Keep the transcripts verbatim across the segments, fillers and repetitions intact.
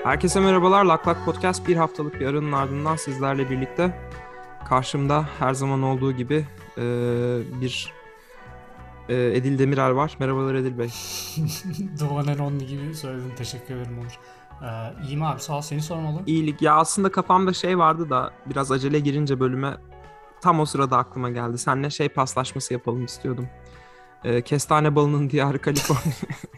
Herkese merhabalar. Lak Lak Podcast bir haftalık bir aranın ardından sizlerle birlikte. Karşımda her zaman olduğu gibi e, bir e, Edil Demirel var. Merhabalar Edil Bey. Doğan Eronlu gibi söyledin. Teşekkür ederim Onur. Ee, iyiyim abi, sağ ol. Seni sormalı. İyilik. Ya aslında kafamda şey vardı da biraz acele girince bölüme tam o sırada aklıma geldi. Seninle şey paslaşması yapalım istiyordum. E, Kestane balının diyarı Kaliforniya.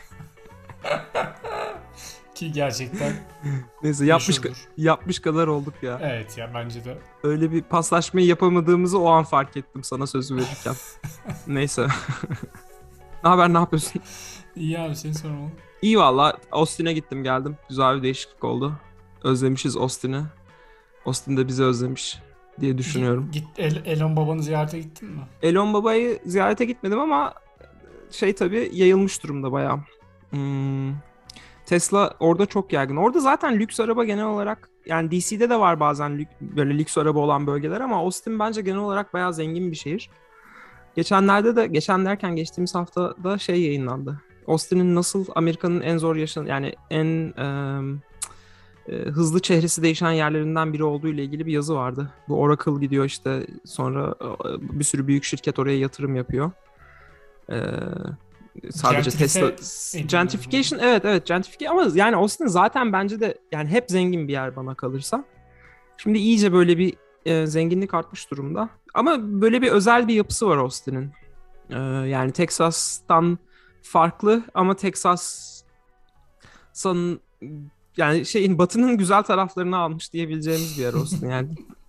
Ki gerçekten Neyse yapmış meşhurdur. yapmış kadar olduk ya. Evet ya, bence de. Öyle bir paslaşmayı yapamadığımızı o an fark ettim sana sözü verirken. Neyse. Ne haber, ne yapıyorsun? İyi abi, seni sormalı. İyi valla. Austin'e gittim geldim. Güzel bir değişiklik oldu. Özlemişiz Austin'i. Austin de bizi özlemiş diye Git, düşünüyorum. git El- Elon babanı ziyarete gittin mi? Elon Baba'yı ziyarete gitmedim ama şey tabii yayılmış durumda bayağı. Hmm, Tesla orada çok yaygın. Orada zaten lüks araba genel olarak, yani D C'de de var bazen lük, böyle lüks araba olan bölgeler ama Austin bence genel olarak bayağı zengin bir şehir. Geçenlerde de, geçen derken geçtiğimiz haftada şey yayınlandı. Austin'in nasıl Amerika'nın en zor yaşanan, yani en e, hızlı çehresi değişen yerlerinden biri olduğu ile ilgili bir yazı vardı. Bu Oracle gidiyor işte, sonra e, bir sürü büyük şirket oraya yatırım yapıyor. E, Sadece Tesla Gentrife ediliyor gentrification, burada. evet evet gentrification, ama yani Austin zaten bence de yani hep zengin bir yer bana kalırsa. Şimdi iyice böyle bir e, zenginlik artmış durumda. Ama böyle bir özel bir yapısı var Austin'in. E, yani Texas'tan farklı ama Texas'ın, yani şeyin, batının güzel taraflarını almış diyebileceğimiz bir yer Austin yani.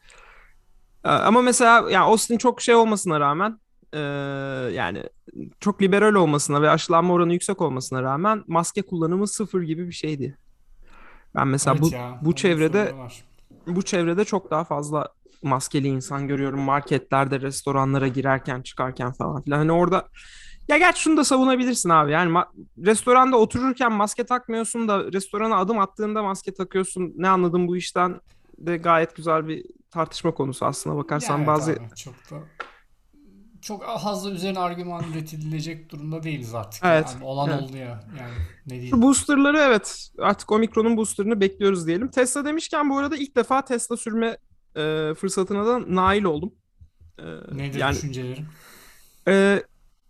Ee, Ama mesela yani Austin çok şey olmasına rağmen, e, yani çok liberal olmasına ve aşılanma oranı yüksek olmasına rağmen maske kullanımı sıfır gibi bir şeydi. Ben mesela Evet bu ya, bu onu çevrede söylüyorlar. bu çevrede çok daha fazla maskeli insan görüyorum marketlerde, restoranlara girerken çıkarken falan filan. Hani orada, ya gerçi şunu da savunabilirsin abi. Yani ma- restoranda otururken maske takmıyorsun da restorana adım attığında maske takıyorsun. Ne anladım bu işten de gayet güzel bir tartışma konusu aslına Ya bakarsan. evet Bazı, abi, çok da çok fazla üzerine argüman üretilecek durumda değiliz artık ya. evet Yani olan evet. oldu ya. Yani ne Şu diyeyim. boosterları, evet, artık Omikron'un boosterını bekliyoruz diyelim. Tesla demişken, bu arada ilk defa Tesla sürme e, fırsatına da nail oldum. E, Nedir yani düşüncelerin? e,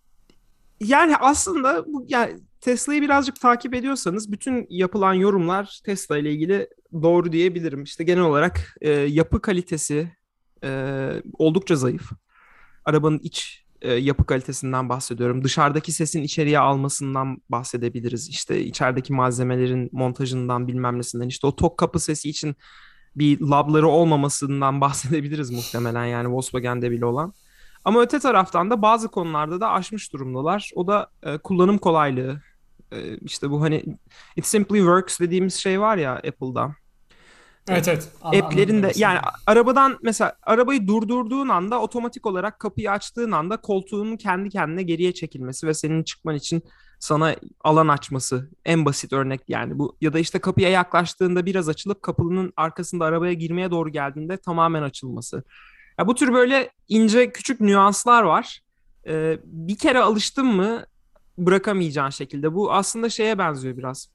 Yani aslında bu, yani Tesla'yı birazcık takip ediyorsanız bütün yapılan yorumlar Tesla ile ilgili doğru diyebilirim. İşte genel olarak e, yapı kalitesi e, oldukça zayıf. Arabanın iç e, yapı kalitesinden bahsediyorum. Dışarıdaki sesin içeriye almasından bahsedebiliriz. İşte içerideki malzemelerin montajından, bilmem nesinden. İşte o tok kapı sesi için bir labları olmamasından bahsedebiliriz muhtemelen, yani Volkswagen'de bile olan. Ama öte taraftan da bazı konularda da aşmış durumdalar. O da e, kullanım kolaylığı. E, işte bu hani It Simply Works dediğimiz şey var ya Apple'da. E, Evet evet, An- anladım app'lerin de, demek yani istediğini. arabadan mesela arabayı durdurduğun anda otomatik olarak kapıyı açtığın anda koltuğunun kendi kendine geriye çekilmesi ve senin çıkman için sana alan açması, en basit örnek yani bu. Ya da işte kapıya yaklaştığında biraz açılıp kapının arkasında arabaya girmeye doğru geldiğinde tamamen açılması. Ya bu tür böyle ince küçük nüanslar var. Ee, bir kere alıştın mı bırakamayacağın şekilde. Bu aslında şeye benziyor biraz.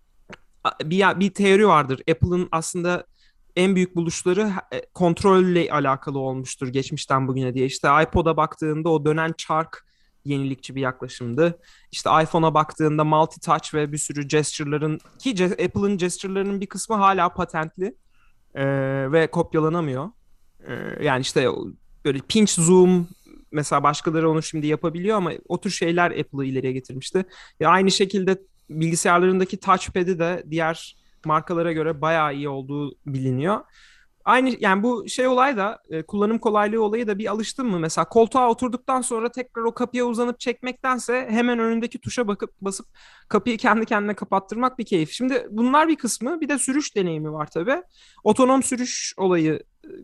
Bir, bir teori vardır. Apple'ın aslında en büyük buluşları e, kontrolle alakalı olmuştur geçmişten bugüne diye. İşte iPod'a baktığında o dönen çark yenilikçi bir yaklaşımdı. İşte iPhone'a baktığında multi-touch ve bir sürü gesture'ların, ki Apple'ın gesture'larının bir kısmı hala patentli e, ve kopyalanamıyor. E, yani işte böyle pinch zoom, mesela başkaları onu şimdi yapabiliyor ama o tür şeyler Apple'ı ileriye getirmişti. Ve aynı şekilde bilgisayarlarındaki touchpad'i de diğer markalara göre bayağı iyi olduğu biliniyor. Aynı yani bu şey olay da, e, kullanım kolaylığı olayı da, bir alıştın mı? Mesela koltuğa oturduktan sonra tekrar o kapıya uzanıp çekmektense hemen önündeki tuşa bakıp basıp kapıyı kendi kendine kapattırmak bir keyif. Şimdi bunlar bir kısmı, bir de sürüş deneyimi var tabii. Otonom sürüş olayını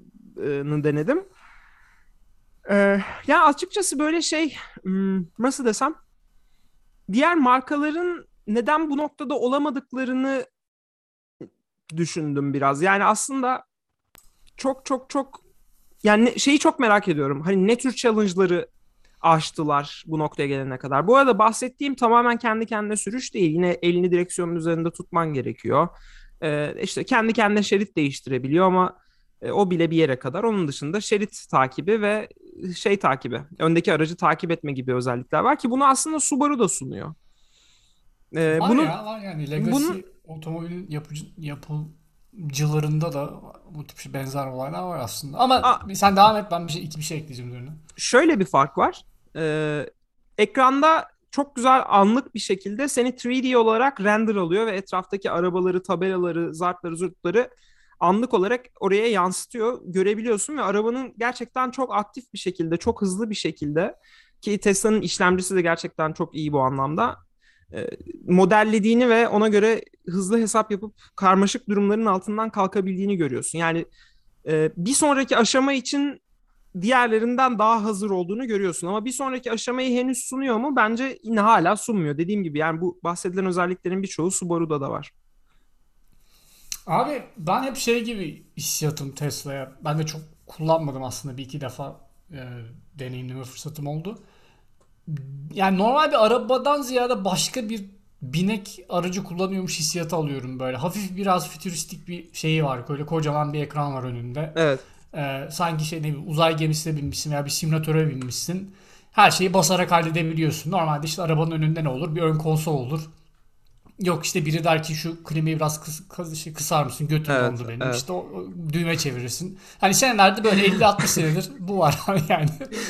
denedim. Ee, ya açıkçası böyle şey, hmm, nasıl desem, diğer markaların neden bu noktada olamadıklarını düşündüm biraz. Yani aslında çok çok çok, yani şeyi çok merak ediyorum. Hani ne tür challenge'ları aştılar bu noktaya gelene kadar. Bu arada bahsettiğim tamamen kendi kendine sürüş değil. Yine elini direksiyonun üzerinde tutman gerekiyor. E, işte kendi kendine şerit değiştirebiliyor ama e, o bile bir yere kadar. Onun dışında şerit takibi ve şey takibi, öndeki aracı takip etme gibi özellikler var ki bunu aslında Subaru da sunuyor. E, Var bunun ya, var yani Legacy bunun otomobil yapıcı, yapımcılarında da bu tip şey- benzer olaylar var aslında. Ama a, sen devam et, ben bir şey iki bir şey ekleyeceğim üzerine. şöyle bir fark var. E, ekranda çok güzel anlık bir şekilde seni üç D olarak render alıyor ve etraftaki arabaları, tabelaları, zartları, zurtları anlık olarak oraya yansıtıyor, görebiliyorsun ve arabanın gerçekten çok aktif bir şekilde, çok hızlı bir şekilde ki Tesla'nın işlemcisi de gerçekten çok iyi bu anlamda e, modellediğini ve ona göre hızlı hesap yapıp karmaşık durumların altından kalkabildiğini görüyorsun. Yani e, bir sonraki aşama için diğerlerinden daha hazır olduğunu görüyorsun. Ama bir sonraki aşamayı henüz sunuyor mu? Bence yine hala sunmuyor. Dediğim gibi yani bu bahsedilen özelliklerin birçoğu Subaru'da da var. Abi ben hep şey gibi hissiyatım Tesla'ya. Ben de çok kullanmadım aslında, bir iki defa e, deneyimleme fırsatım oldu. Yani normal bir arabadan ziyade başka bir binek aracı kullanıyormuş hissiyatı alıyorum böyle. Hafif biraz fütüristik bir şeyi var. Böyle kocaman bir ekran var önünde. Evet. Ee, sanki şey, ne bileyim, uzay gemisine binmişsin veya bir simülatöre binmişsin. Her şeyi basarak halledebiliyorsun. Normalde işte arabanın önünde ne olur? Bir ön konsol olur. Yok işte biri der ki şu klimayı biraz kıs, kıs- şey, kısar mısın? Götüm Evet, dondu benim. evet. İşte o, o düğme çevirirsin. Hani senelerde böyle elli altmış senedir bu var yani.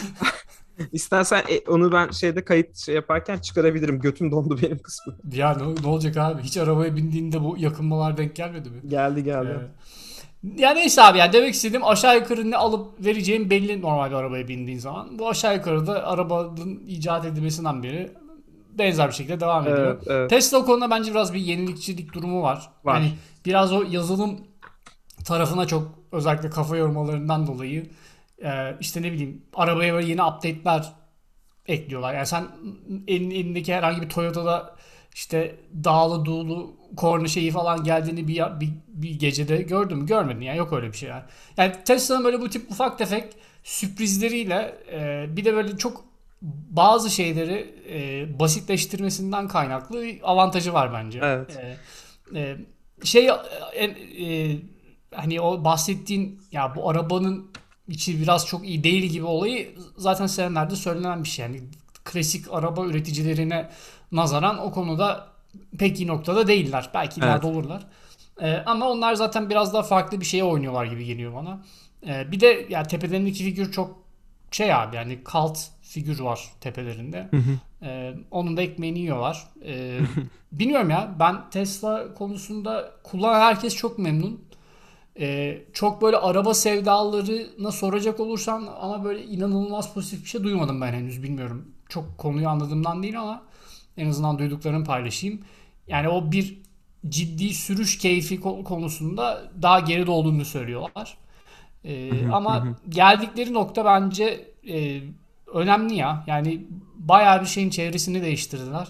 İstersen e, onu ben şeyde kayıt şey yaparken çıkarabilirim. Götüm dondu benim kısmı. Ya ne, ne olacak abi? Hiç arabaya bindiğinde bu yakınmalar denk gelmedi mi? Geldi Ee, geldi. yani neyse abi, yani demek istediğim, aşağı yukarı ne alıp vereceğin belli normal bir arabaya bindiğin zaman. Bu aşağı yukarı da arabanın icat edilmesinden beri benzer bir şekilde devam ediyor. Evet, evet. Tesla o konuda bence biraz bir yenilikçilik durumu var. Yani Var. biraz o yazılım tarafına çok özellikle kafa yormalarından dolayı e, işte ne bileyim, arabaya böyle yeni update'ler ekliyorlar. Yani sen elin, elindeki herhangi bir Toyota'da işte dağlıduğulu korna şeyi falan geldiğini bir, bir, bir gecede gördün mü? Görmedin yani, yok öyle bir şey yani. Yani Tesla'nın böyle bu tip ufak tefek sürprizleriyle e, bir de böyle çok bazı şeyleri e, basitleştirmesinden kaynaklı avantajı var bence. Evet. E, e, şey e, e, hani o bahsettiğin, ya bu arabanın içi biraz çok iyi değil gibi olayı zaten senelerde söylenen bir şey. Yani klasik araba üreticilerine nazaran o konuda pek iyi noktada değiller. Belki ileride Evet. olurlar. Ee, ama onlar zaten biraz daha farklı bir şeye oynuyorlar gibi geliyor bana. Ee, bir de ya tepelerindeki figür çok şey abi, yani cult figür var tepelerinde. Hı hı. Ee, onun da ekmeğini yiyorlar. Ee, bilmiyorum ya, ben Tesla konusunda kullanan herkes çok memnun. Ee, çok böyle araba sevdalarına soracak olursan ama böyle inanılmaz pozitif bir şey duymadım ben henüz, bilmiyorum. Çok konuyu anladığımdan değil ama en azından duyduklarımı paylaşayım. Yani o bir ciddi sürüş keyfi konusunda daha geride olduğunu söylüyorlar. Hı Ee, hı. Hı ama hı. geldikleri nokta bence e, önemli ya. Yani bayağı bir şeyin çevresini değiştirdiler.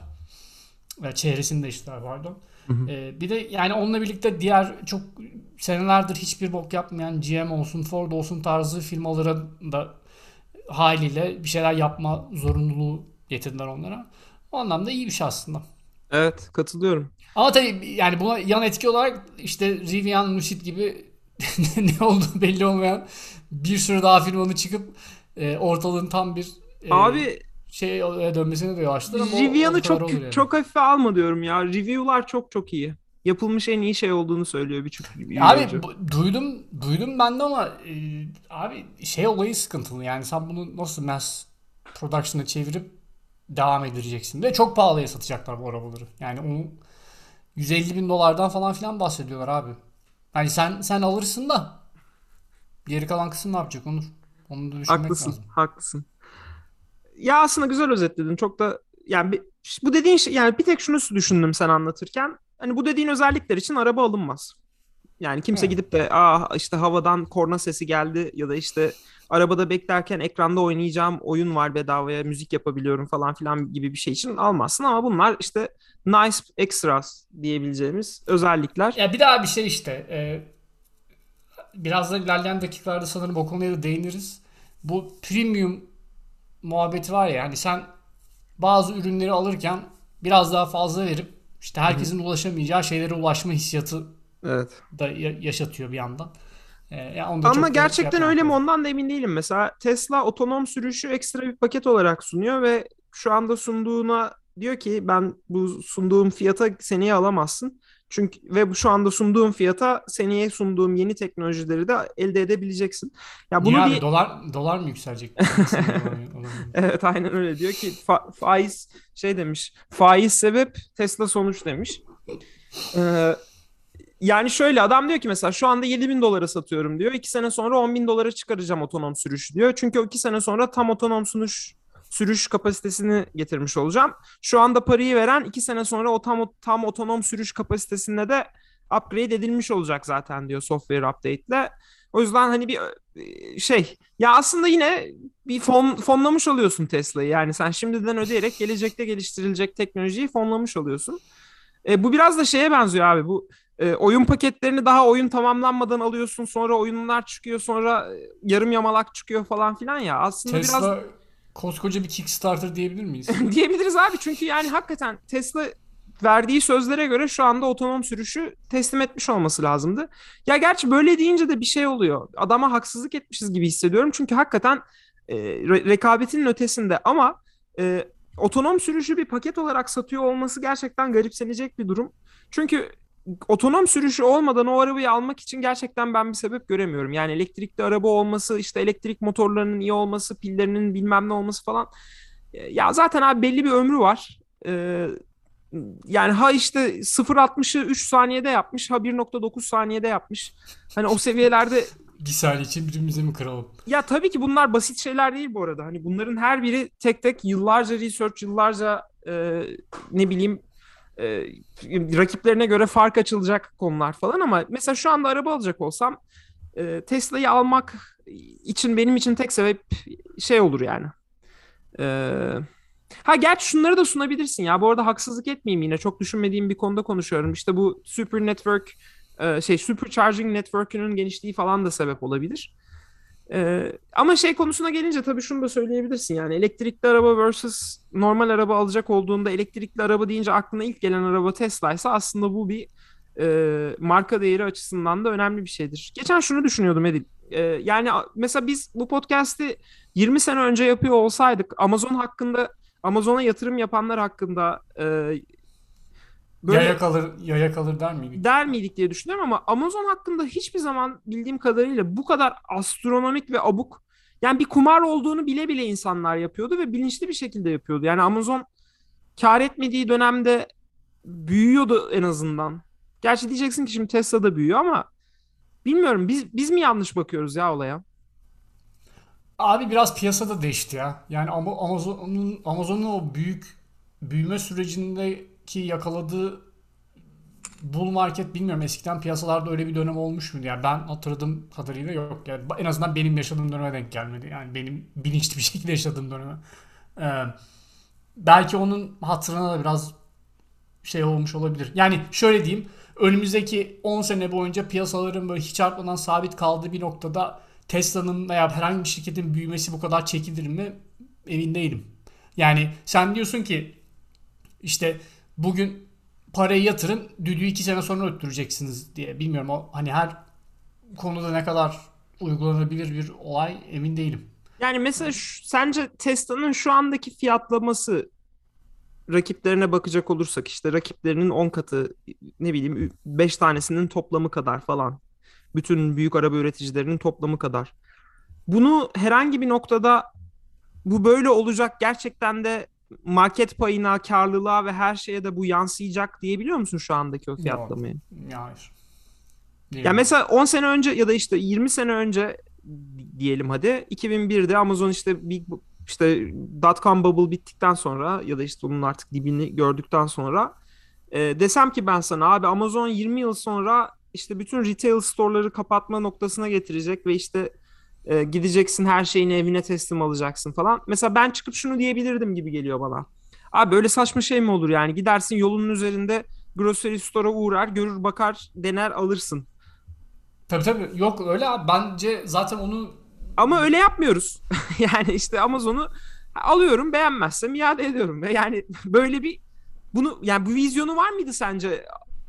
E, çevresini değiştirdiler, pardon. Hı hı. E, bir de yani onunla birlikte diğer çok senelerdir hiçbir bok yapmayan G M olsun, Ford olsun tarzı firmalara da haliyle bir şeyler yapma zorunluluğu getirdiler onlara. O anlamda iyi bir şey aslında. Evet, katılıyorum. Ama tabii yani buna yan etki olarak işte Rivian, Lucid gibi ne olduğu belli olmayan bir sürü daha firmanın çıkıp e, ortalığın tam bir e, Abi şeye dönmesine de yol açtılar ama o, o Rivian'ı kadar çok olur yani. çok hafife alma diyorum ya. Review'lar çok çok iyi. Yapılmış en iyi şey olduğunu söylüyor birçok Abi review'cu. bu- duydum duydum ben de ama e, abi şey olayı sıkıntılı. Yani sen bunu nasıl mass production'a çevirip devam edeceksin. Ve çok pahalıya satacaklar bu arabaları. Yani onu yüz elli bin dolardan falan filan bahsediyorlar abi. Hani sen sen alırsın da geri kalan kısım ne yapacak Onur? Onu da düşünmek Haklısın, lazım. haklısın. Ya aslında güzel özetledin. Çok da yani bir- bu dediğin şey yani bir tek şunu düşündüm sen anlatırken. Hani bu dediğin özellikler için araba alınmaz. Yani kimse Evet. gidip de aa işte havadan korna sesi geldi ya da işte arabada beklerken ekranda oynayacağım oyun var bedavaya müzik yapabiliyorum falan filan gibi bir şey için almazsın ama bunlar işte nice extras diyebileceğimiz özellikler. Ya bir daha bir şey işte. E, biraz da ilerleyen dakikalarda sanırım o konuya da değiniriz. Bu premium muhabbeti var ya, hani sen bazı ürünleri alırken biraz daha fazla verip işte Hı hı. herkesin ulaşamayacağı şeylere ulaşma hissiyatı Evet. da ya- yaşatıyor bir yandan. Ee, ya onu da Ama çok da şey gerçekten yapmamak öyle mi lazım. ondan da emin değilim. Mesela Tesla otonom sürüşü ekstra bir paket olarak sunuyor ve şu anda sunduğuna diyor ki ben bu sunduğum fiyata seneye alamazsın. Çünkü ve bu şu anda sunduğum fiyata seneye sunduğum yeni teknolojileri de elde edebileceksin. Ya Niye bunu abi, bir dolar dolar mı yükselecek? Sen seneye alamıyor, alamıyor. evet aynen öyle diyor ki fa- faiz şey demiş. Faiz sebep Tesla sonuç demiş. Ee, Yani şöyle adam diyor ki mesela şu anda yedi bin dolara satıyorum diyor. iki sene sonra on bin dolara çıkaracağım otonom sürüş diyor. Çünkü o iki sene sonra tam otonom sürüş sürüş kapasitesini getirmiş olacağım. Şu anda parayı veren iki sene sonra o tam tam otonom sürüş kapasitesinde de upgrade edilmiş olacak zaten diyor software update ile. O yüzden hani bir e, şey ya aslında yine bir fon, fonlamış oluyorsun Tesla'yı. Yani sen şimdiden ödeyerek gelecekte geliştirilecek teknolojiyi fonlamış oluyorsun. E, bu biraz da şeye benziyor abi. Bu e, oyun paketlerini daha oyun tamamlanmadan alıyorsun. Sonra oyunlar çıkıyor. Sonra e, yarım yamalak çıkıyor falan filan ya. Aslında biraz Tesla koskoca bir Kickstarter diyebilir miyiz? diyebiliriz abi. Çünkü yani hakikaten Tesla verdiği sözlere göre şu anda otonom sürüşü teslim etmiş olması lazımdı. Ya gerçi böyle deyince de bir şey oluyor. Adama haksızlık etmişiz gibi hissediyorum. Çünkü hakikaten e, re- rekabetin ötesinde ama e, otonom sürüşü bir paket olarak satıyor olması gerçekten garipsenecek bir durum. Çünkü otonom sürüşü olmadan o arabayı almak için gerçekten ben bir sebep göremiyorum. Yani elektrikli araba olması, işte elektrik motorlarının iyi olması, pillerinin bilmem ne olması falan. E, Ya zaten abi belli bir ömrü var. Ee, Yani ha işte sıfır altmışı üç saniyede yapmış, ha bir nokta dokuz saniyede yapmış. Hani o seviyelerde Bir saniye için birbirimize mi kıralım? ya tabii ki bunlar basit şeyler değil bu arada. Hani bunların her biri tek tek yıllarca research, yıllarca e, ne bileyim e, rakiplerine göre fark açılacak konular falan ama mesela şu anda araba alacak olsam e, Tesla'yı almak için benim için tek sebep şey olur yani. E, Ha gerçi şunları da sunabilirsin ya. Bu arada haksızlık etmeyeyim yine. Çok düşünmediğim bir konuda konuşuyorum. İşte bu super network e, şey supercharging network'ünün genişliği falan da sebep olabilir. E, ama şey konusuna gelince tabii şunu da söyleyebilirsin. Yani elektrikli araba versus normal araba alacak olduğunda elektrikli araba deyince aklına ilk gelen araba Tesla ise aslında bu bir e, marka değeri açısından da önemli bir şeydir. Geçen şunu düşünüyordum Edil. E, yani a- mesela biz bu podcast'i yirmi sene önce yapıyor olsaydık Amazon hakkında Amazon'a yatırım yapanlar hakkında e, Yaya böyle kalır, yaya kalır der miydik? der miydik diye düşünüyorum ama Amazon hakkında hiçbir zaman bildiğim kadarıyla bu kadar astronomik ve abuk yani bir kumar olduğunu bile bile insanlar yapıyordu ve bilinçli bir şekilde yapıyordu. Yani Amazon kar etmediği dönemde büyüyordu en azından. Gerçi diyeceksin ki şimdi Tesla da büyüyor ama bilmiyorum biz biz mi yanlış bakıyoruz ya olaya? Abi biraz piyasada değişti ya. Yani Ama- Amazon'un Amazon'un o büyük büyüme sürecindeki yakaladığı bull market, bilmiyorum, eskiden piyasalarda öyle bir dönem olmuş muydu? Yani ben hatırladığım kadarıyla yok. Yani en azından benim yaşadığım döneme denk gelmedi. Yani benim bilinçli bir şekilde yaşadığım döneme. Ee, belki onun hatırına da biraz şey olmuş olabilir. Yani şöyle diyeyim. Önümüzdeki on sene boyunca piyasaların böyle hiç artmadan sabit kaldığı bir noktada Tesla'nın veya herhangi bir şirketin büyümesi bu kadar çekilir mi? Emin değilim. Yani sen diyorsun ki işte bugün parayı yatırın, düdüğü iki sene sonra öttüreceksiniz diye. Bilmiyorum, o hani her konuda ne kadar uygulanabilir bir olay, emin değilim. Yani mesela şu- sence Tesla'nın şu andaki fiyatlaması rakiplerine bakacak olursak işte rakiplerinin on katı ne bileyim beş tanesinin toplamı kadar falan. Bütün büyük araba üreticilerinin toplamı kadar. Bunu herhangi bir noktada bu böyle olacak gerçekten de market payına, karlılığa ve her şeye de bu yansıyacak diyebiliyor musun şu andaki o Yok. fiyatlamayı? Ya hayır. Ya Diyemiyorum. mesela on sene önce ya da işte yirmi sene önce diyelim hadi iki bin birde Amazon işte Big işte dot-com bubble bittikten sonra ya da işte onun artık dibini gördükten sonra e, desem ki ben sana abi Amazon yirmi yıl sonra işte bütün retail store'ları kapatma noktasına getirecek ve işte e, gideceksin her şeyini evine teslim alacaksın falan. Mesela ben çıkıp şunu diyebilirdim gibi geliyor bana. Abi böyle saçma şey mi olur yani gidersin yolunun üzerinde grocery store'a uğrar görür bakar dener alırsın. Tabii tabii. Yok öyle abi. Bence zaten onu Ama öyle yapmıyoruz. Yani işte Amazon'u alıyorum beğenmezsem iade ediyorum. Ve yani böyle bir bunu yani bu vizyonu var mıydı sence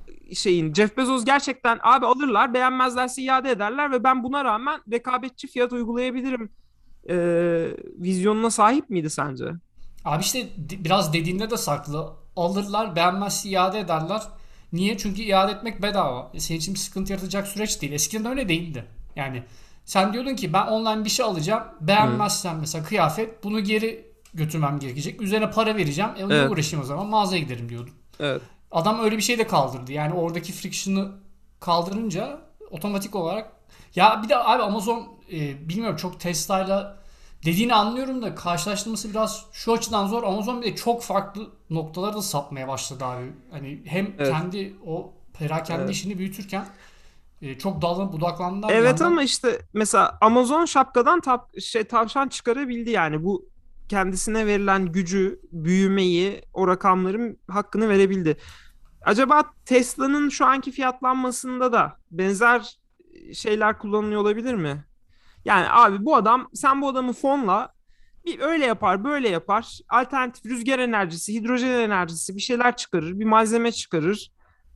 şeyin Jeff Bezos gerçekten abi alırlar, beğenmezlerse iade ederler ve ben buna rağmen rekabetçi fiyat uygulayabilirim e, vizyonuna sahip miydi sence? Abi işte di- biraz dediğinde de saklı. Alırlar, beğenmezse iade ederler. Niye? Çünkü iade etmek bedava. E, Senin için bir sıkıntı yaratacak süreç değil. Eskiden öyle değildi. Yani sen diyordun ki ben online bir şey alacağım. Hı. Beğenmezsem mesela kıyafet, bunu geri götürmem gerekecek. Üzerine para vereceğim. E niye Evet, uğraşayım o zaman? Mağazaya giderim diyordun. evet. Adam öyle bir şey de kaldırdı. Yani oradaki friction'ı kaldırınca otomatik olarak, ya bir de abi Amazon, e, bilmiyorum, çok Tesla'yla dediğini anlıyorum da karşılaştırması biraz şu açıdan zor. Amazon bir de çok farklı noktalara da sapmaya başladı abi. Hani hem Evet. kendi o perakende Evet. işini büyütürken e, çok dallanıp budaklandılar bir Evet yandan. ama işte mesela Amazon şapkadan tap, şey tavşan çıkarabildi yani bu kendisine verilen gücü, büyümeyi, o rakamların hakkını verebildi. Acaba Tesla'nın şu anki fiyatlanmasında da benzer şeyler kullanılıyor olabilir mi? Yani abi bu adam, sen bu adamı fonla, bir öyle yapar, böyle yapar. Alternatif rüzgar enerjisi, hidrojen enerjisi bir şeyler çıkarır, bir malzeme çıkarır.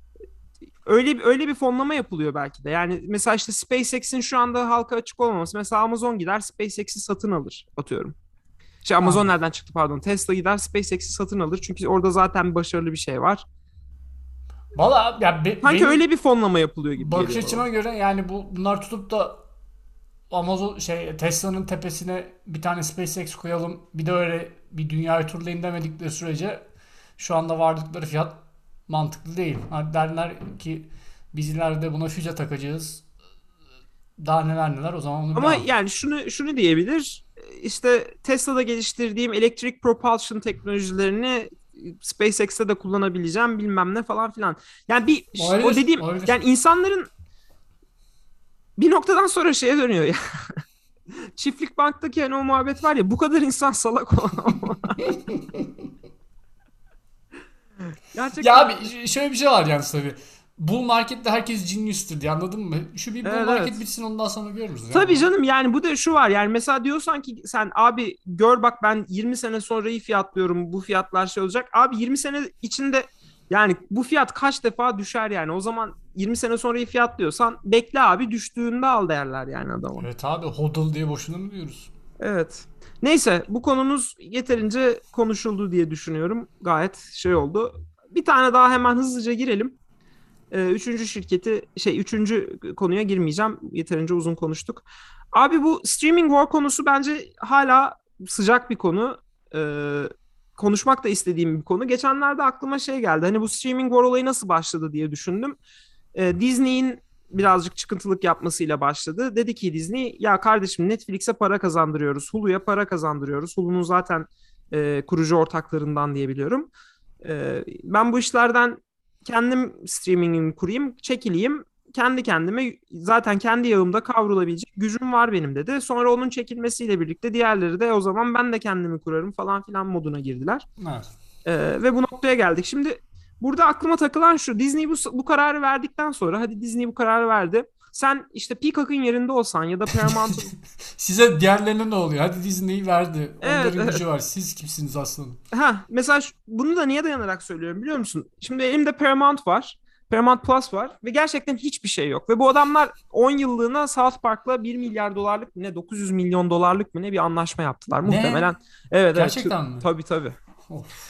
Öyle öyle bir fonlama yapılıyor belki de. Yani mesela işte SpaceX'in şu anda halka açık olmaması. Mesela Amazon gider SpaceX'i satın alır, atıyorum. Şey, Amazon Aynen. nereden çıktı pardon. Tesla gider SpaceX'i satın alır. Çünkü orada zaten başarılı bir şey var. Valla ya be- Sanki öyle benim bir fonlama yapılıyor gibi bakış geliyor bana. açıma göre yani bu bunlar tutup da Amazon şey Tesla'nın tepesine bir tane SpaceX koyalım, bir de öyle bir dünyayı turlayın demedikleri sürece şu anda vardıkları fiyat mantıklı değil. Hani derler ki biz ileride buna füze takacağız. Daha neler neler, o zaman onu Ama bilemem. yani şunu şunu diyebilir. İşte Tesla'da geliştirdiğim elektrik propulsion teknolojilerini SpaceX'te de kullanabileceğim bilmem ne falan filan. Yani bir o Olabilir, dediğim, olabilir. yani insanların bir noktadan sonra şeye dönüyor ya. Çiftlik banktaki hani o muhabbet var ya, bu kadar insan salak olamaz. Ya Gerçekten abi şöyle bir şey var yani tabii. Bull markette herkes genius'tur diye, anladın mı? Şu bir bull evet, market evet. bitsin, ondan sonra görürüz ya. Tabii canım, yani bu da şu var yani, mesela diyorsan ki sen abi gör bak ben yirmi sene sonra iyi fiyatlıyorum, bu fiyatlar şey olacak. Abi yirmi sene içinde yani bu fiyat kaç defa düşer yani, o zaman yirmi sene sonra iyi fiyatlıyorsan bekle abi, düştüğünde al derler yani adama. Evet abi, hodl diye boşuna mı diyoruz? Evet. Neyse, bu konumuz yeterince konuşuldu diye düşünüyorum. Gayet şey oldu. Bir tane daha hemen hızlıca girelim. Ee, üçüncü şirketi şey üçüncü konuya girmeyeceğim. Yeterince uzun konuştuk. Abi bu streaming war konusu bence hala sıcak bir konu. Ee, konuşmak da istediğim bir konu. Geçenlerde aklıma şey geldi. Hani bu streaming war olayı nasıl başladı diye düşündüm. Ee, Disney'in birazcık çıkıntılık yapmasıyla başladı. Dedi ki Disney, ya kardeşim Netflix'e para kazandırıyoruz. Hulu'ya para kazandırıyoruz. Hulu'nun zaten e, kurucu ortaklarından diye biliyorum. Ee, ben bu işlerden kendim streamingimi kurayım, çekileyim. Kendi kendime zaten kendi yağımda kavrulabilecek gücüm var benim dedi. Sonra onun çekilmesiyle birlikte diğerleri de o zaman ben de kendimi kurarım falan filan moduna girdiler. Evet. Ee, ve bu noktaya geldik. Şimdi burada aklıma takılan şu: Disney bu, bu kararı verdikten sonra, hadi Disney bu kararı verdi. Sen işte Peacock'ın yerinde olsan ya da Paramount'un, Size diğerlerine ne oluyor? Hadi Disney verdi. evet, Onların evet. gücü var. Siz kimsiniz aslında? Ha, mesela şu- bunu da niye dayanarak söylüyorum biliyor musun? Şimdi elimde Paramount var. Paramount Plus var ve gerçekten hiçbir şey yok. Ve bu adamlar on yıllığına South Park'la bir milyar dolarlık mı ne, dokuz yüz milyon dolarlık mı ne bir anlaşma yaptılar. Ne? Muhtemelen evet, evet, Gerçekten mi? tabii, tabii. Of.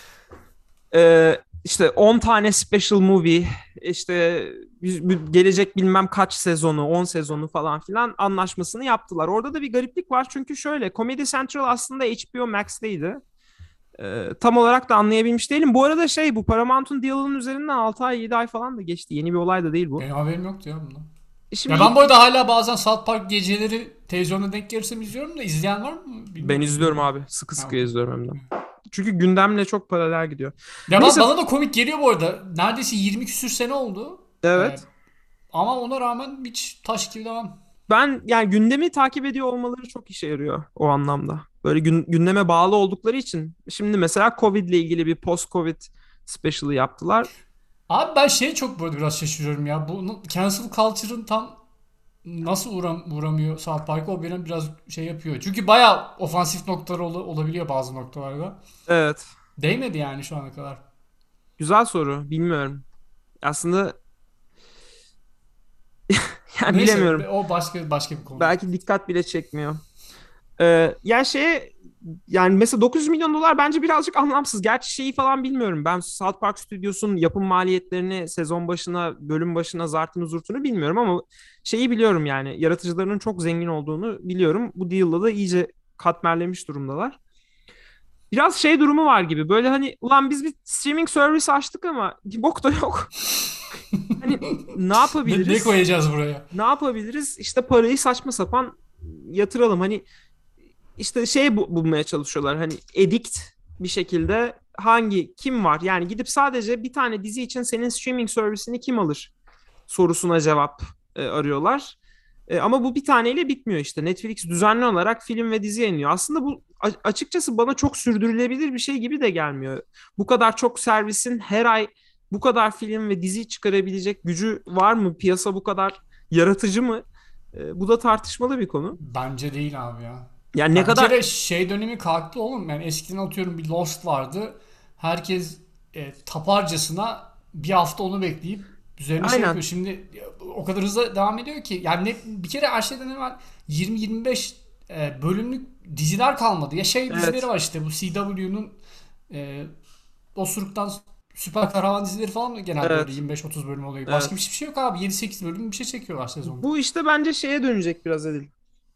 Ee, işte on tane special movie, işte gelecek bilmem kaç sezonu, on sezonu falan filan anlaşmasını yaptılar. Orada da bir gariplik var çünkü şöyle, Comedy Central aslında H B O Max'teydi. Ee, tam olarak da anlayabilmiş değilim. Bu arada şey, bu Paramount'un deal'ının üzerinden altı ay yedi ay falan da geçti. Yeni bir olay da değil bu. Benim haberim yoktu ya bundan. Şimdi Ya ben ilk bu arada hala bazen South Park geceleri televizyonda denk gelirsem izliyorum da, izleyen var mı? ben Bilmiyorum. izliyorum abi. Sıkı Ha, sıkı okey. izliyorum hem de. Çünkü gündemle çok paralel gidiyor. Ya ben, Neyse, bana da komik geliyor bu arada. Neredeyse yirmi küsür sene oldu. Ee, evet. ama ona rağmen hiç taş gibi devam. Ben yani gündemi takip ediyor olmaları çok işe yarıyor o anlamda. Böyle gün, gündeme bağlı oldukları için. Şimdi mesela Covid ile ilgili bir post-Covid special'ı yaptılar. Abi ben şeye çok böyle biraz şaşırıyorum ya. Bu cancel culture'ın tam nasıl uğram uğramıyor South Park'a, o benim biraz şey yapıyor. Çünkü bayağı ofansif noktaları ol- olabiliyor bazı noktalarda. Evet. Değmedi yani şu ana kadar. Güzel soru. Bilmiyorum. Aslında Yani bilemiyorum. Neyse o başka başka bir konu. Belki dikkat bile çekmiyor. Ee, yani şeye yani mesela dokuz yüz milyon dolar bence birazcık anlamsız. Gerçi şeyi falan bilmiyorum. Ben South Park Studios'un yapım maliyetlerini sezon başına, bölüm başına zartını zurtunu bilmiyorum ama şeyi biliyorum yani yaratıcılarının çok zengin olduğunu biliyorum. Bu deal'la da iyice katmerlemiş durumdalar. Biraz şey durumu var gibi. Böyle hani ulan biz bir streaming service açtık ama bir bok da yok. Hani ne Ne, ne yapabiliriz? koyacağız buraya? Ne yapabiliriz? İşte parayı saçma sapan yatıralım. Hani işte şey bu- bulmaya çalışıyorlar. Hani edict bir şekilde hangi kim var? Yani gidip sadece bir tane dizi için senin streaming servisini kim alır sorusuna cevap e, arıyorlar. E, ama bu bir taneyle bitmiyor işte. Netflix düzenli olarak film ve dizi yayınlıyor. Aslında bu a- açıkçası bana çok sürdürülebilir bir şey gibi de gelmiyor. Bu kadar çok servisin her ay bu kadar film ve dizi çıkarabilecek gücü var mı? Piyasa bu kadar yaratıcı mı? E, bu da tartışmalı bir konu. Bence değil abi ya. Yani ne Ya bir kadar kere şey dönemi kalktı oğlum. Yani eskiden atıyorum bir Lost vardı. Herkes e, taparcasına bir hafta onu bekleyip üzerine şey yapıyor. aynen. Şimdi e, o kadar hızlı devam ediyor ki. Yani ne, bir kere her şeyden evvel yirmi yirmi beş e, bölümlük diziler kalmadı. Ya şey dizileri Evet. var işte bu C W'nun e, Osuruk'tan süper kahraman dizileri falan da genelde öyle Evet. yirmi beş otuz bölüm oluyor. Başka Evet. bir şey yok abi. yedi sekiz bölüm bir şey çekiyorlar sezonda. Bu işte bence şeye dönecek biraz Edil.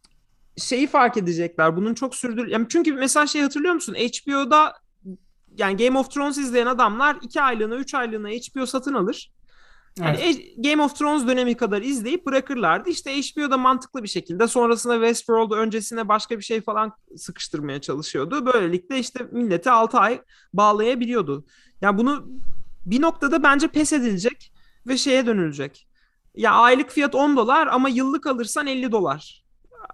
Şeyi fark edecekler. Bunun çok sürdür... Yani çünkü mesela şey hatırlıyor musun? H B O'da yani Game of Thrones izleyen adamlar iki aylığına, üç aylığına H B O satın alır. Hani Evet. e- Game of Thrones dönemi kadar izleyip bırakırlardı. İşte H B O'da mantıklı bir şekilde sonrasında Westworld öncesine başka bir şey falan sıkıştırmaya çalışıyordu. Böylelikle işte milleti altı ay bağlayabiliyordu. Yani bunu bir noktada bence pes edilecek ve şeye dönülecek. Ya aylık fiyat on dolar ama yıllık alırsan elli dolar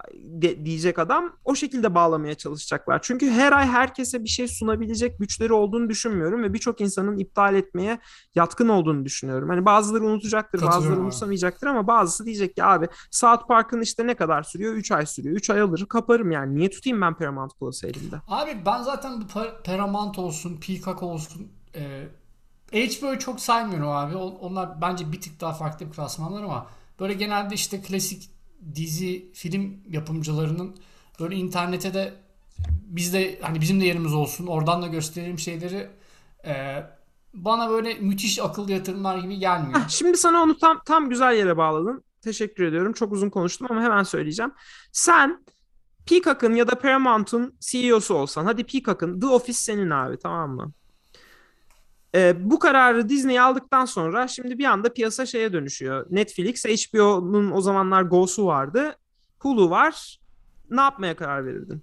de, diyecek adam. O şekilde bağlamaya çalışacaklar. Çünkü her ay herkese bir şey sunabilecek güçleri olduğunu düşünmüyorum ve birçok insanın iptal etmeye yatkın olduğunu düşünüyorum. Hani bazıları unutacaktır, bazıları Katılıyorum abi. umursamayacaktır ama bazısı diyecek ki abi South Park'ın işte ne kadar sürüyor? üç ay sürüyor. üç ay alır kaparım yani. Niye tutayım ben Paramount Plus elimde? Abi ben zaten bu Pa- Paramount olsun, Peacock olsun, e, H B O'yu çok saymıyorum abi. On- Onlar bence bir tık daha farklı bir klasmanlar ama böyle genelde işte klasik dizi, film yapımcılarının böyle internete de bizde hani bizim de yerimiz olsun, oradan da gösterelim şeyleri e, bana böyle müthiş akıllı yatırımlar gibi gelmiyor. Heh, şimdi sana onu tam tam güzel yere bağladın. Teşekkür ediyorum. Çok uzun konuştum ama hemen söyleyeceğim. Sen Peacock'ın ya da Paramount'un C E O'su olsan, hadi Peacock'ın The Office senin abi, tamam mı? Ee, bu kararı Disney aldıktan sonra şimdi bir anda piyasa şeye dönüşüyor. Netflix, H B O'nun o zamanlar Go'su vardı. Hulu var. Ne yapmaya karar verirdin?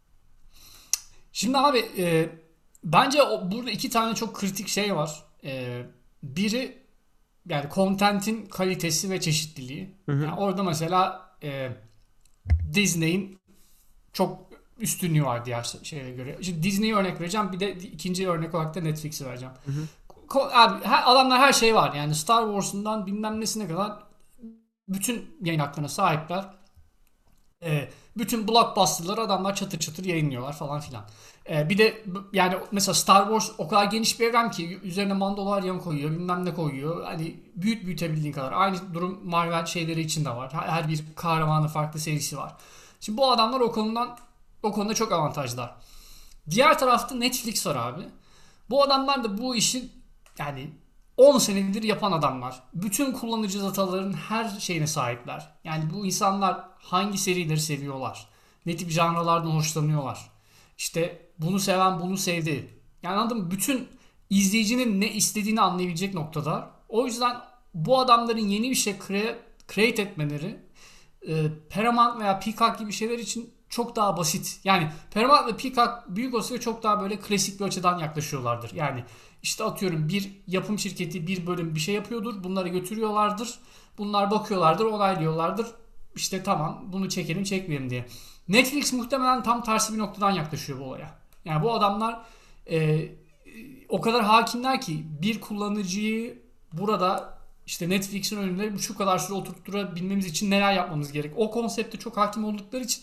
Şimdi abi e, bence o, burada iki tane çok kritik şey var. E, biri yani content'in kalitesi ve çeşitliliği. Hı hı. Yani orada mesela e, Disney'in çok üstünlüğü var diğer şeylere göre. Şimdi Disney'e örnek vereceğim. Bir de ikinci örnek olarak da Netflix'i vereceğim. Hı hı. Abi her, adamlar her şey var. Yani Star Wars'undan bilmem nesine kadar bütün yayın haklarına sahipler. E, bütün blockbuster'ları adamlar çatır çatır yayınlıyorlar falan filan. E, bir de yani mesela Star Wars o kadar geniş bir evren ki üzerine Mandalorian koyuyor, bilmem ne koyuyor. Hani büyüt büyütebildiğin kadar. Aynı durum Marvel şeyleri için de var. Her bir kahramanın farklı serisi var. Şimdi bu adamlar o konudan o konuda çok avantajlılar. Diğer tarafta Netflix var abi. Bu adamlar da bu işi yani on senedir yapan adamlar. Bütün kullanıcı dataların her şeyine sahipler. Yani bu insanlar hangi serileri seviyorlar? Ne tip janralardan hoşlanıyorlar? İşte bunu seven bunu sevdi. Yani anladın mı? Bütün izleyicinin ne istediğini anlayabilecek noktada. O yüzden bu adamların yeni bir şey create, create etmeleri e, Paramount veya Peacock gibi şeyler için çok daha basit. Yani Paramount ve Peacock büyük olasılıkla çok daha böyle klasik bir açıdan yaklaşıyorlardır. Yani işte atıyorum bir yapım şirketi bir bölüm bir şey yapıyordur. Bunları götürüyorlardır. Bunlar bakıyorlardır, onaylıyorlardır. İşte tamam bunu çekelim çekmeyelim diye. Netflix muhtemelen tam tersi bir noktadan yaklaşıyor bu olaya. Yani bu adamlar e, o kadar hakimler ki bir kullanıcıyı burada işte Netflix'in önünde şu kadar süre oturtturabilmemiz için neler yapmamız gerek. O konsepte çok hakim oldukları için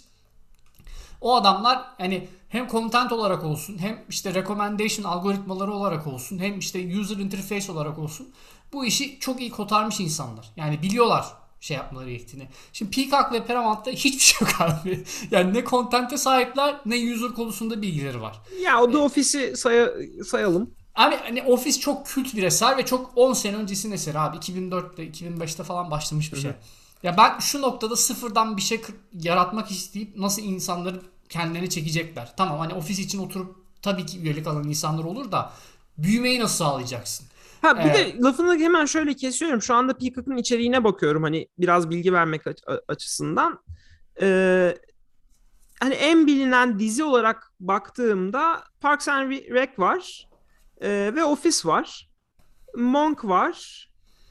o adamlar yani hem content olarak olsun hem işte recommendation algoritmaları olarak olsun hem işte user interface olarak olsun bu işi çok iyi kotarmış insanlar. Yani biliyorlar şey yapmaları gerektiğini. Şimdi Peacock ve Paramount'ta hiçbir şey yok abi. Yani ne content'e sahipler ne user konusunda bilgileri var. Ya o The E, Office'i say- sayalım. Abi hani Office çok kült bir eser ve çok on sene öncesinin eseri abi. iki bin dörtte iki bin beşte falan başlamış Hı bir şey. hı. Ya ben şu noktada sıfırdan bir şey kır- yaratmak isteyip nasıl insanları kendilerine çekecekler. Tamam hani Office için oturup tabii ki üyelik alan insanlar olur da büyümeyi nasıl sağlayacaksın? Ha bir Ee, de lafını hemen şöyle kesiyorum. Şu anda Peacock'ın içeriğine bakıyorum hani biraz bilgi vermek aç- açısından. Ee, Hani en bilinen dizi olarak baktığımda Parks and Rec var. Ee, ve Office var. Monk var.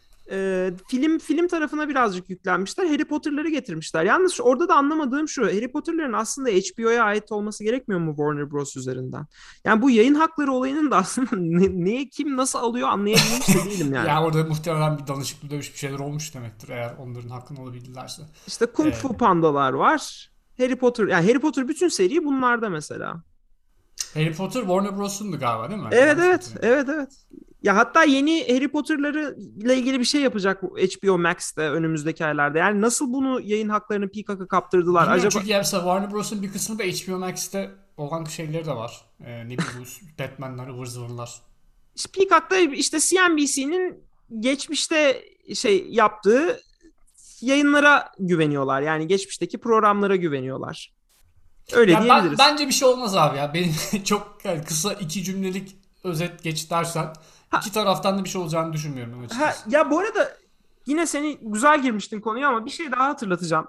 Ee, film film tarafına birazcık yüklenmişler. Harry Potter'ları getirmişler. Yalnız şu- orada da anlamadığım şu. Harry Potter'ların aslında H B O'ya ait olması gerekmiyor mu Warner Bros. Üzerinden? Yani bu yayın hakları olayının da aslında ne, neye kim nasıl alıyor anlayabilmiş de değilim yani. Ya orada muhtemelen bir danışıklı dövüş bir şeyler olmuş demektir eğer onların hakkını alabildilerse. İşte Kung Ee, Fu Pandalar var. Harry Potter, yani Harry Potter bütün seri bunlarda mesela. Harry Potter Warner Bros'undu galiba değil mi? Evet Yanlış mı evet hatırlıyorum? evet evet. Ya hatta yeni Harry Potter'ları ile ilgili bir şey yapacak bu H B O Max'te önümüzdeki aylarda. Yani nasıl bunu yayın haklarını Peacock'a kaptırdılar Bilmiyorum acaba? çünkü ya mesela Warner Bros'un bir kısmı da H B O Max'te olan şeyleri de var. Ee, ne bileyim bu Batman'ler, ıvır zıvırlar. İşte Peacock'ta işte C N B C'nin geçmişte şey yaptığı yayınlara güveniyorlar. Yani geçmişteki programlara güveniyorlar. Öyle Ya ben diyebiliriz. bence bir şey olmaz abi ya. Benim çok yani kısa iki cümlelik özet geç dersen Ha, iki taraftan da bir şey olacağını düşünmüyorum ben ha, açıkçası. ya bu arada yine seni güzel girmiştin konuya ama bir şey daha hatırlatacağım.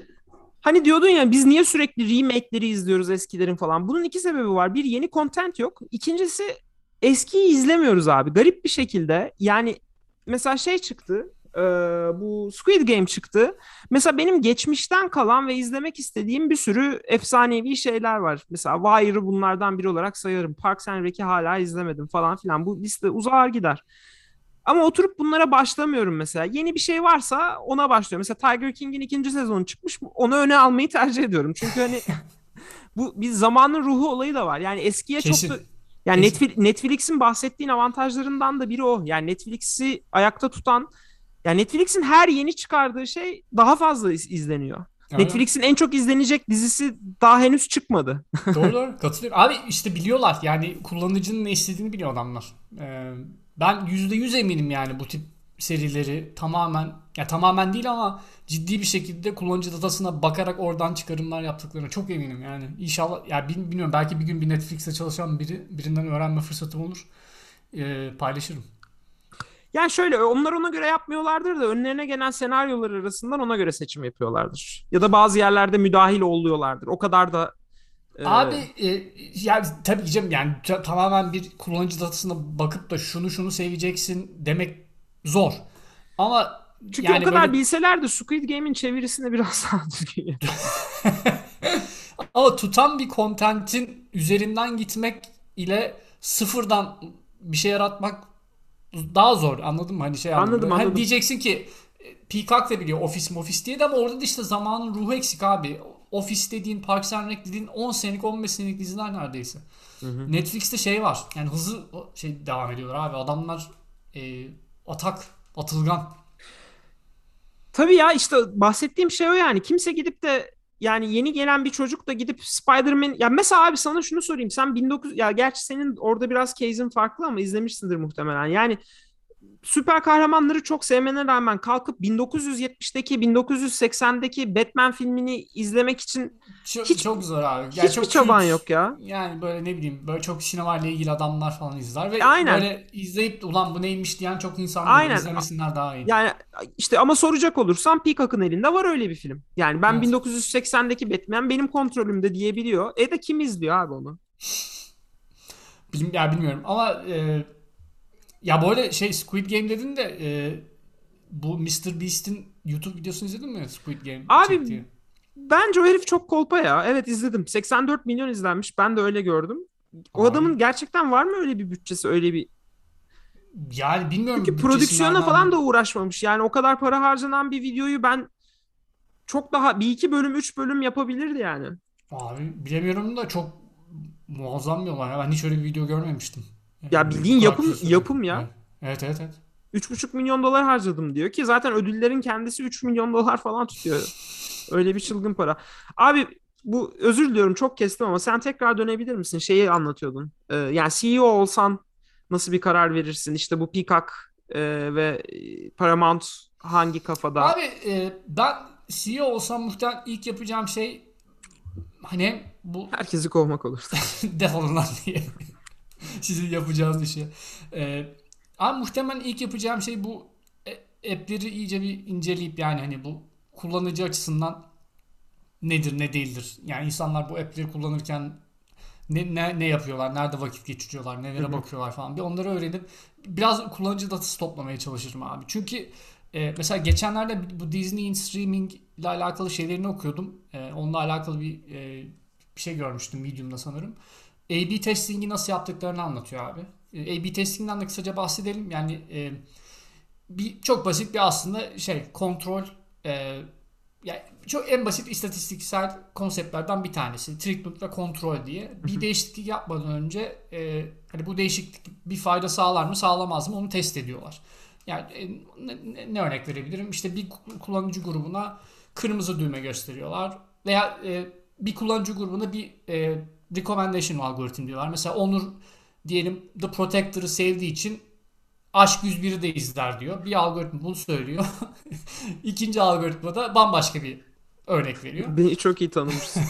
Hani diyordun ya biz niye sürekli remake'leri izliyoruz eskilerin falan. Bunun iki sebebi var. Bir, yeni content yok. İkincisi, eskiyi izlemiyoruz abi. Garip bir şekilde yani mesela şey çıktı. e, Bu Squid Game çıktı. Mesela benim geçmişten kalan ve izlemek istediğim bir sürü efsanevi şeyler var. Mesela Wire'ı bunlardan biri olarak sayarım. Parks and Rec'i hala izlemedim falan filan. Bu liste uzar gider. Ama oturup bunlara başlamıyorum mesela. Yeni bir şey varsa ona başlıyorum. Mesela Tiger King'in ikinci sezonu çıkmış. Onu öne almayı tercih ediyorum. Çünkü hani bu bir zamanın ruhu olayı da var. Yani eskiye çok da Kesin. yani Kesin. Netflix, Netflix'in bahsettiğin avantajlarından da biri o. Yani Netflix'i ayakta tutan, yani Netflix'in her yeni çıkardığı şey daha fazla iz- izleniyor. Öyle. Netflix'in en çok izlenecek dizisi daha henüz çıkmadı. Doğru doğru katılıyorum. Abi işte biliyorlar yani kullanıcının ne istediğini biliyor adamlar. Ee, ben yüzde yüz eminim yani bu tip serileri tamamen ya tamamen değil ama ciddi bir şekilde kullanıcı datasına bakarak oradan çıkarımlar yaptıklarına çok eminim yani. İnşallah ya bil- bilmiyorum belki bir gün bir Netflix'te çalışan biri birinden öğrenme fırsatım olur. Ee, paylaşırım. Yani şöyle onlar ona göre yapmıyorlardır da önlerine gelen senaryolar arasından ona göre seçim yapıyorlardır. Ya da bazı yerlerde müdahil oluyorlardır. O kadar da e, Abi e, yani tabii ki canım yani ta- tamamen bir kullanıcı datasına bakıp da şunu şunu seveceksin demek zor. Ama çünkü o yani kadar böyle bilseler de Squid Game'in çevirisini biraz daha düzgün yapıyorlar. ama tutan bir kontentin üzerinden gitmek ile sıfırdan bir şey yaratmak daha zor. Anladın mı? Hani şey Anladım anlamında. Hani anladım. diyeceksin ki e, Peacock da biliyor ofis ofis diye de ama orada da işte zamanın ruhu eksik abi. Ofis dediğin, Parks and Rec dediğin on senelik on beş senelik diziler neredeyse. Hı hı. Netflix'te şey var. Yani hızlı şey devam ediyorlar abi. Adamlar e, atak, atılgan. Tabii ya işte bahsettiğim şey o yani. Kimse gidip de yani yeni gelen bir çocuk da gidip Spider-Man ya mesela abi sana şunu sorayım. Sen bin dokuz ya gerçi senin orada biraz case'in farklı ama izlemişsindir muhtemelen. Yani süper kahramanları çok sevmene rağmen kalkıp bin dokuz yüz yetmişteki, bin dokuz yüz seksendeki Batman filmini izlemek için Çok, hiç çok zor abi. Yani hiçbir çok çaban kült. yok ya. Yani böyle ne bileyim böyle çok sinemayla ilgili adamlar falan izler ve Aynen. böyle izleyip de ulan bu neymiş diyen çok insan da olur. Aynen. İzlemesinler daha iyi. Yani işte ama soracak olursam Peacock'ın elinde var öyle bir film. Yani ben Evet. bin dokuz yüz seksendeki Batman benim kontrolümde diyebiliyor. E de kim izliyor abi onu? Bilim, ya bilmiyorum ama e, ya böyle şey Squid Game dedin de e, bu mister Beast'in YouTube videosunu izledin mi? Squid Game Abi çektiği. bence o herif çok kolpa ya. Evet izledim. seksen dört milyon izlenmiş. Ben de öyle gördüm. O Abi adamın gerçekten var mı öyle bir bütçesi, öyle bir. yani Çünkü bilmiyorum bütçesi prodüksiyona nereden. falan da uğraşmamış. Yani o kadar para harcanan bir videoyu ben çok daha bir iki bölüm, üç bölüm yapabilirdi yani. Abi bilemiyorum da çok muazzam bir olay. Ben hiç öyle bir video görmemiştim. Ya E, bu bildiğin kadar kısa yapım sürede. yapım ya. Evet. Evet evet evet. üç buçuk milyon dolar harcadım diyor ki zaten ödüllerin kendisi üç milyon dolar falan tutuyor. Öyle bir çılgın para. Abi bu özür diliyorum çok kestim ama sen tekrar dönebilir misin? Şeyi anlatıyordun. Ee, yani C E O olsan nasıl bir karar verirsin? İşte bu Peacock e, ve e, Paramount hangi kafada? Abi e, ben C E O olsam muhtemelen ilk yapacağım şey hani bu Herkesi kovmak olur. defolun lan diye sizin yapacağınız işi. E, Ama muhtemelen ilk yapacağım şey bu e- app'leri iyice bir inceleyip yani hani bu kullanıcı açısından nedir ne değildir. Yani insanlar bu app'leri kullanırken ne, ne, ne yapıyorlar, nerede vakit geçiriyorlar, Hı nelere hı. bakıyorlar falan. Bir onları öğrenip biraz kullanıcı datası toplamaya çalışırım abi. Çünkü e, mesela geçenlerde bu Disney'in streaming ile alakalı şeylerini okuyordum. E, onunla alakalı bir e, bir şey görmüştüm Medium'da sanırım. A B testingi nasıl yaptıklarını anlatıyor abi. E, A B testinginden de kısaca bahsedelim. Yani e, bir çok basit bir aslında şey kontrol e, yani çok en basit istatistiksel konseptlerden bir tanesi. Treatment ve kontrol diye. Hı Bir hı. değişiklik yapmadan önce e, hani bu değişiklik bir fayda sağlar mı sağlamaz mı onu test ediyorlar. Yani e, ne, ne örnek verebilirim? İşte bir kullanıcı grubuna kırmızı düğme gösteriyorlar. Veya e, bir kullanıcı grubuna bir e, recommendation algoritm diyorlar. Mesela Onur diyelim The Protector'ı sevdiği için Aşk yüz biri de izler diyor. Bir algoritma bunu söylüyor. İkinci algoritma da bambaşka bir örnek veriyor. Beni çok iyi tanımışsın.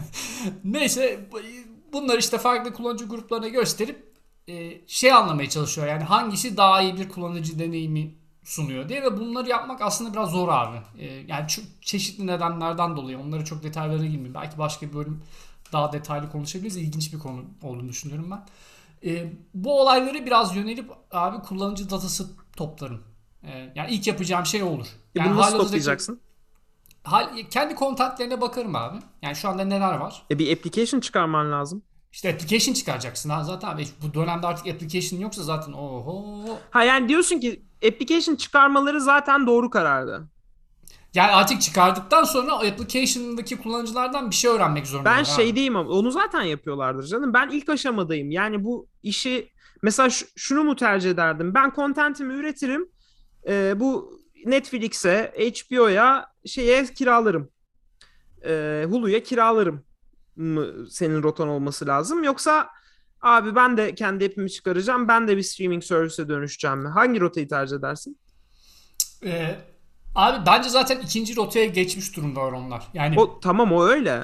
Neyse bunlar işte farklı kullanıcı gruplarına gösterip e, şey anlamaya çalışıyor. Yani hangisi daha iyi bir kullanıcı deneyimi sunuyor diye ve bunları yapmak aslında biraz zor abi. E, yani çe- çeşitli nedenlerden dolayı onları çok detaylarına girmeyeyim. Belki başka bir bölüm daha detaylı konuşabiliriz. İlginç bir konu olduğunu düşünüyorum ben. E, bu olayları biraz yönelip abi kullanıcı datası toplarım. E, yani ilk yapacağım şey olur. E Yani bunu nasıl halihazırdaki toplayacaksın? hal, kendi kontentlerine bakarım abi. Yani şu anda neler var? E bir application çıkarman lazım. İşte application çıkaracaksın ha zaten abi. Bu dönemde artık application yoksa zaten oho. Ha yani diyorsun ki application çıkarmaları zaten doğru karardı. Yani artık çıkardıktan sonra application'daki kullanıcılardan bir şey öğrenmek Ben zorundalar şey abi. diyeyim ama onu zaten yapıyorlardır canım. Ben ilk aşamadayım. Yani bu işi mesela ş- şunu mu tercih ederdim? Ben contentimi üretirim. E, bu Netflix'e, H B O'ya şeye kiralarım. E, Hulu'ya kiralarım mı senin rotan olması lazım. Yoksa abi ben de kendi app'imi çıkaracağım. Ben de bir streaming servise dönüşeceğim mi? Hangi rotayı tercih edersin? Ee, Abi bence zaten ikinci rotaya geçmiş durumdalar onlar. Yani O tamam o öyle.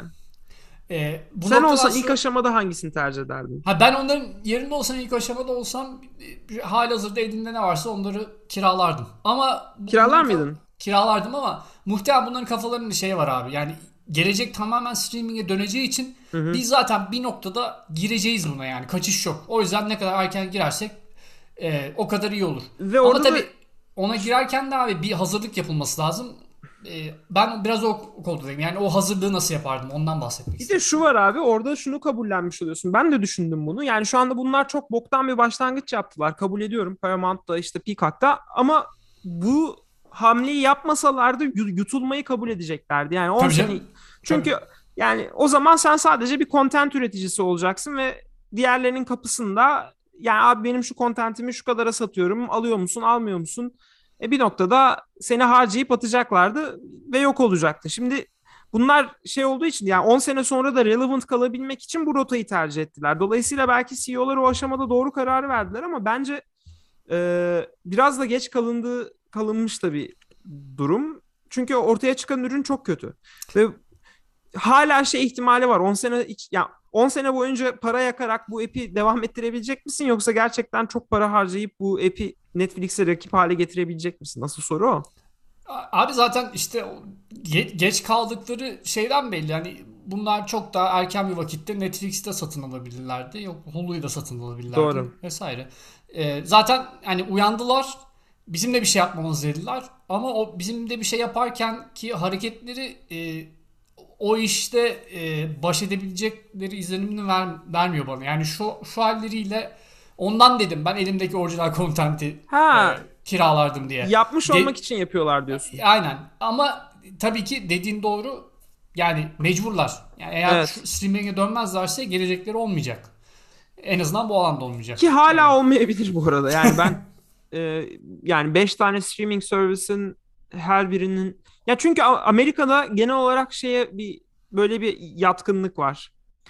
e, bu Sen noktadan olsan ilk sonra aşamada hangisini tercih ederdin? ha ben onların yerinde olsam ilk aşamada olsam e, halihazırda elimde ne varsa onları kiralardım. Ama bu- Kiralar bunların ka- mıydın? kiralardım ama muhtemelen bunların kafalarında şey var abi. Yani gelecek tamamen streaming'e döneceği için Hı hı. biz zaten bir noktada gireceğiz buna yani kaçış yok. O yüzden ne kadar erken girersek e, o kadar iyi olur. Ve Ama orada da tabii ona girerken de abi bir hazırlık yapılması lazım. E, ben biraz o konuda yani o hazırlığı nasıl yapardım ondan bahsetmek bir de istedim. şu var abi orada şunu kabullenmiş oluyorsun. Ben de düşündüm bunu. Yani şu anda bunlar çok boktan bir başlangıç yaptılar. Kabul ediyorum. Paramount'ta işte Peacock'ta ama bu hamleyi yapmasalardı yu- yutulmayı kabul edeceklerdi. Yani on Tabii sene canım. Tabii. çünkü yani o zaman sen sadece bir content üreticisi olacaksın ve diğerlerinin kapısında yani abi benim şu contentimi şu kadara satıyorum. Alıyor musun, almıyor musun? E bir noktada seni harcayıp atacaklardı ve yok olacaktı. Şimdi bunlar şey olduğu için yani on sene sonra da relevant kalabilmek için bu rotayı tercih ettiler. Dolayısıyla belki C E O'lar o aşamada doğru kararı verdiler ama bence e, biraz da geç kalındığı kalınmış da bir durum. Çünkü ortaya çıkan ürün çok kötü. Ve hala şey ihtimali var. on sene iç- ya on sene boyunca para yakarak bu app'i devam ettirebilecek misin yoksa gerçekten çok para harcayıp bu app'i Netflix'e rakip hale getirebilecek misin? Nasıl soru o? Abi zaten işte ge- geç kaldıkları şeyden belli. Yani bunlar çok daha erken bir vakitte Netflix'te satın alabilirlerdi. Yok Hulu'yu da satın alabilirlerdi Doğru. vesaire. Ee, zaten hani uyandılar. Bizim de bir şey yapmamız dediler. Ama o bizim de bir şey yaparken ki hareketleri e, o işte e, baş edebilecekleri izlenimini ver, vermiyor bana. Yani şu şu halleriyle ondan dedim ben elimdeki orijinal content'i e, Ha, kiralardım diye. yapmış olmak De, için yapıyorlar diyorsun. Aynen. Ama tabii ki dediğin doğru. Yani mecburlar. Yani eğer Evet. şu streaming'e dönmezlerse gelecekleri olmayacak. En azından bu alanda olmayacak. Ki Ee, hala olmayabilir bu arada. Yani ben e, yani beş tane streaming service'in her birinin, ya çünkü A- Amerika'da genel olarak şeye bir böyle bir yatkınlık var.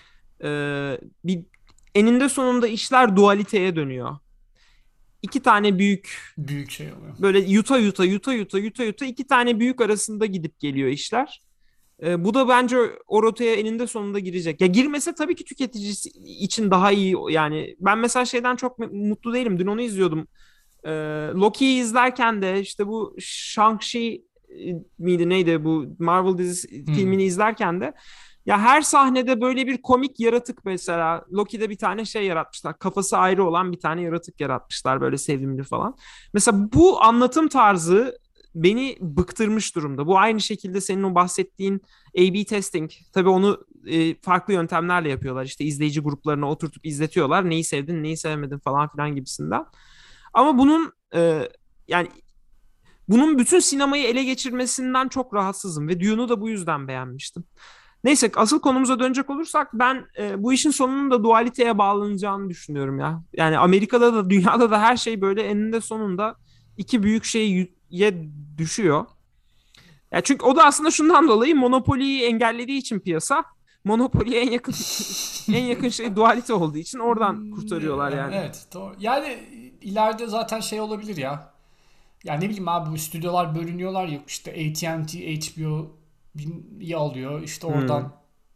Ee, bir eninde sonunda işler dualiteye dönüyor. İki tane büyük, Büyük şey oluyor. böyle yuta yuta yuta yuta yuta yuta iki tane büyük arasında gidip geliyor işler. Ee, bu da bence o rotaya eninde sonunda girecek. Ya girmese tabii ki tüketicisi için daha iyi. Yani ben mesela şeyden çok mutlu değilim. Dün onu izliyordum. Ee, Loki'yi izlerken de işte bu Shang-Chi e, miydi neydi, bu Marvel dizisi Hmm. filmini izlerken de ya her sahnede böyle bir komik yaratık, mesela Loki'de bir tane şey yaratmışlar. Kafası ayrı olan bir tane yaratık yaratmışlar, böyle sevimli falan. Mesela bu anlatım tarzı beni bıktırmış durumda. Bu aynı şekilde senin o bahsettiğin A/B testing. Tabii onu e, farklı yöntemlerle yapıyorlar. İşte izleyici gruplarına oturtup izletiyorlar. Neyi sevdin, neyi sevmedin falan filan gibisinden. Ama bunun e, yani bunun bütün sinemayı ele geçirmesinden çok rahatsızım ve Dune'u da bu yüzden beğenmiştim. Neyse, asıl konumuza dönecek olursak ben e, bu işin sonunun da dualiteye bağlanacağını düşünüyorum ya. Yani Amerika'da da dünyada da her şey böyle eninde sonunda iki büyük şeye düşüyor. Ya çünkü o da aslında şundan dolayı, monopoliyi engellediği için piyasa, monopoliye en yakın en yakın şey dualite olduğu için oradan kurtarıyorlar yani. Evet, doğru. Yani ileride zaten şey olabilir ya. Ya ne bileyim abi, bu stüdyolar bölünüyorlar ya, işte A T and T H B O'yu alıyor. İşte Hmm. oradan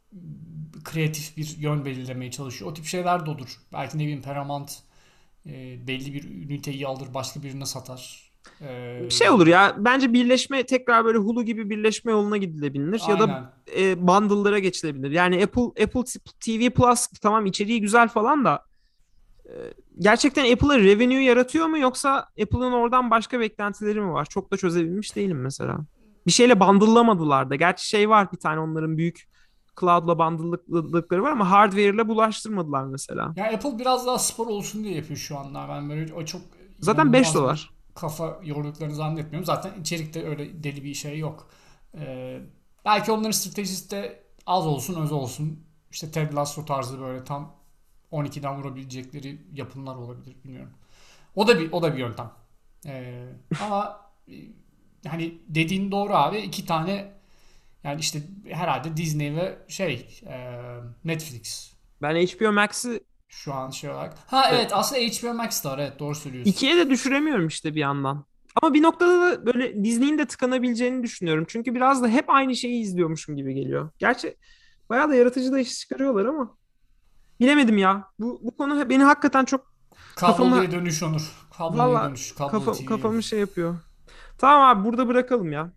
kreatif bir yön belirlemeye çalışıyor. O tip şeyler de olur. Belki ne bileyim Paramount e, belli bir üniteyi alır, başka birine satar. E, Bir şey olur ya. Bence birleşme, tekrar böyle Hulu gibi birleşme yoluna gidilebilir ya da aynen. e, bundle'lara geçilebilir. Yani Apple Apple T V Plus tamam, içeriği güzel falan da e, gerçekten Apple'a revenue yaratıyor mu, yoksa Apple'ın oradan başka beklentileri mi var? Çok da çözebilmiş değilim mesela. Bir şeyle bundle'lamadılar da. Gerçi şey var, bir tane onların büyük cloud'la bundle'lıkları var ama hardware'le bulaştırmadılar mesela. Ya Apple biraz daha spor olsun diye yapıyor şu anda. Ben böyle o çok Zaten beş inanılmaz bir dolar. kafa yorduklarını zannetmiyorum. Zaten içerikte öyle deli bir şey yok. Ee, belki onların stratejisi de az olsun öz olsun. İşte Ted Lasso tarzı böyle tam on ikiden vurabilecekleri yapımlar olabilir, bilmiyorum. O da bir o da bir yöntem. Ee, ama e, hani dediğin doğru abi. İki tane, yani işte herhalde Disney ve şey e, Netflix Ben H B O Max'i şu an şey olarak. Ha e, evet, aslında H B O Max da var, evet, doğru söylüyorsun. ikiye de düşüremiyorum işte bir yandan. Ama bir noktada da böyle Disney'in de tıkanabileceğini düşünüyorum. Çünkü biraz da hep aynı şeyi izliyormuşum gibi geliyor. Gerçi bayağı da yaratıcı da iş çıkarıyorlar ama bilemedim ya. Bu, bu konu beni hakikaten çok kafamı, Kabloluya dönüş Onur. Kabloluya valla dönüş. Kablolu kafa, T V'ye. kafamı şey yapıyor. Tamam abi, burada bırakalım ya.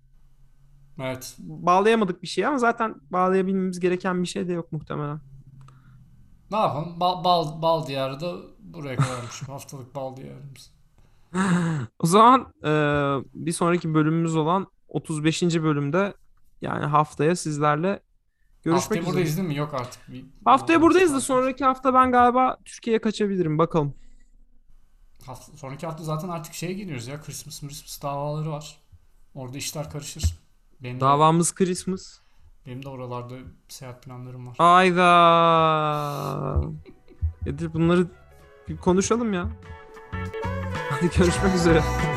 Evet. Bağlayamadık bir şey ama zaten bağlayabilmemiz gereken bir şey de yok muhtemelen. Ne yapalım? Bal, bal, bal diyarı da buraya kadarmış. Haftalık bal diyarımız. O zaman e, bir sonraki bölümümüz olan otuz beşinci bölümde, yani haftaya sizlerle görüşmek Haftaya üzere. buradayız değil mi? Yok artık bir Haftaya uğramış buradayız da farkımız. sonraki hafta ben galiba Türkiye'ye kaçabilirim. Bakalım. Hafta, sonraki hafta zaten artık şeye geliyoruz ya. Christmas Christmas davaları var. Orada işler karışır. Benim de Davamız Christmas. benim de oralarda seyahat planlarım var. Ayda. Nedir bunları bir konuşalım ya. Hadi görüşmek üzere.